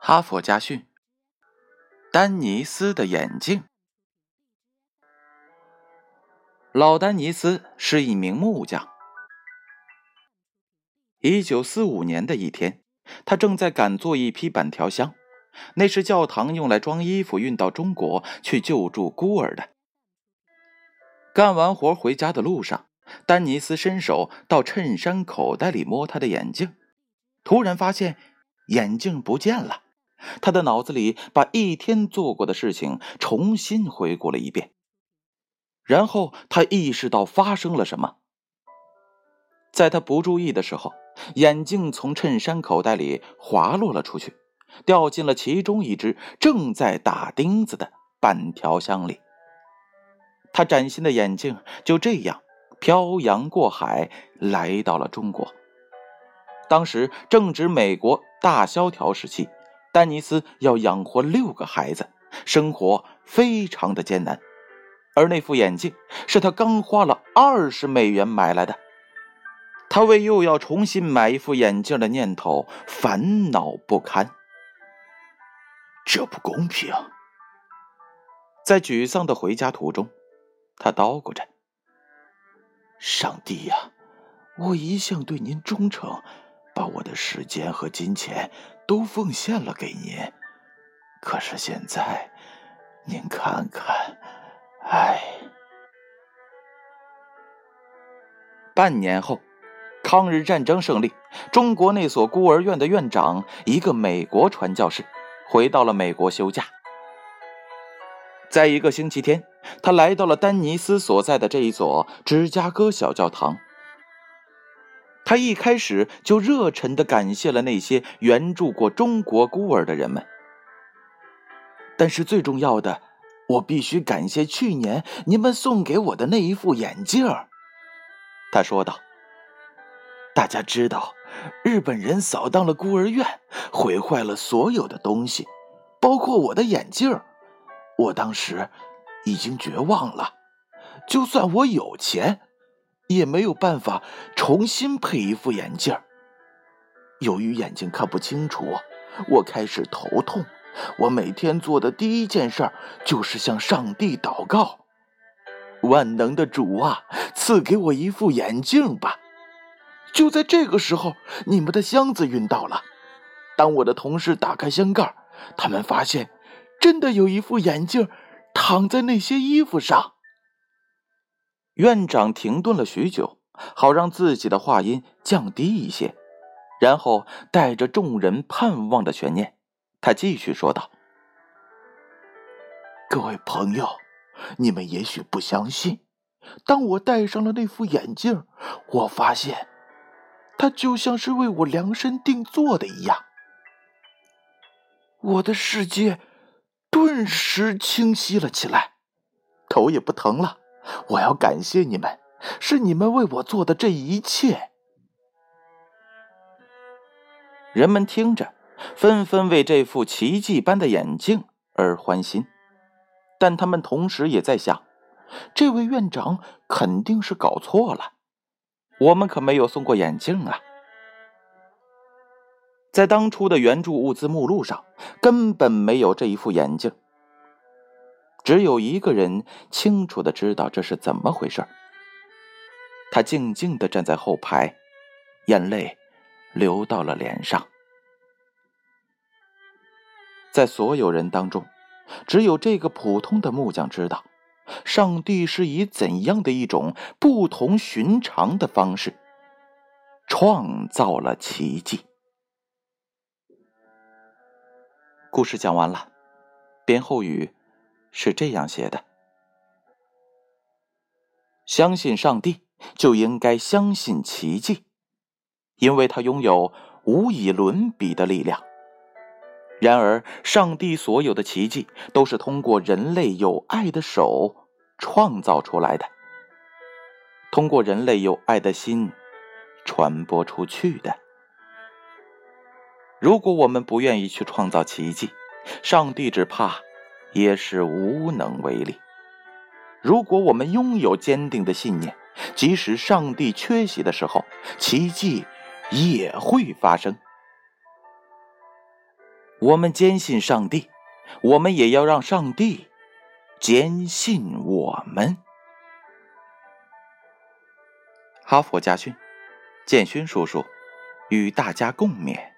哈佛家训：丹尼斯的眼镜。老丹尼斯是一名木匠。1945年的一天，他正在赶做一批板条箱，那是教堂用来装衣服运到中国去救助孤儿的。干完活回家的路上，丹尼斯伸手到衬衫口袋里摸他的眼镜，突然发现眼镜不见了。他的脑子里把一天做过的事情重新回顾了一遍，然后他意识到发生了什么。在他不注意的时候，眼镜从衬衫口袋里滑落了出去，掉进了其中一只正在打钉子的板条箱里。他崭新的眼镜就这样漂洋过海来到了中国。当时正值美国大萧条时期，丹尼斯要养活6个孩子，生活非常的艰难。而那副眼镜是他刚花了20美元买来的。他为又要重新买一副眼镜的念头烦恼不堪。 这不公平。 在沮丧的回家途中，他叨咕着： 上帝呀，我一向对您忠诚，把我的时间和金钱都奉献了给您，可是现在您看看， 半年后，抗日战争胜利，中国那所孤儿院的院长，一个美国传教士，回到了美国休假。在一个星期天，他来到了丹尼斯所在的这一所芝加哥小教堂。他一开始就热忱地感谢了那些援助过中国孤儿的人们。 但是最重要的，我必须感谢去年你们送给我的那一副眼镜， 他说道。 大家知道，日本人扫荡了孤儿院，毁坏了所有的东西，包括我的眼镜。我当时已经绝望了，就算我有钱，也没有办法重新配一副眼镜。由于眼睛看不清楚，我开始头痛。我每天做的第一件事就是向上帝祷告：万能的主啊，赐给我一副眼镜吧。就在这个时候，你们的箱子运到了。当我的同事打开箱盖，他们发现真的有一副眼镜躺在那些衣服上。 院长停顿了许久，好让自己的话音降低一些，然后带着众人盼望的悬念，他继续说道： 各位朋友，你们也许不相信，当我戴上了那副眼镜，我发现它就像是为我量身定做的一样。我的世界顿时清晰了起来，头也不疼了。我要感谢你们，是你们为我做的这一切。 人们听着，纷纷为这副奇迹般的眼镜而欢心，但他们同时也在想，这位院长肯定是搞错了，我们可没有送过眼镜啊。在当初的援助物资目录上根本没有这一副眼镜，只有一个人清楚地知道这是怎么回事。他静静地站在后排，眼泪流到了脸上。在所有人当中，只有这个普通的木匠知道，上帝是以怎样的一种不同寻常的方式创造了奇迹。故事讲完了，编后语是这样写的：相信上帝，就应该相信奇迹，因为它拥有无以伦比的力量。然而，上帝所有的奇迹都是通过人类有爱的手创造出来的，通过人类有爱的心传播出去的。如果我们不愿意去创造奇迹，上帝只怕也是无能为力。如果我们拥有坚定的信念，即使上帝缺席的时候，奇迹也会发生。 我们坚信上帝，我们也要让上帝坚信我们。哈佛家训，建勋叔叔与大家共勉。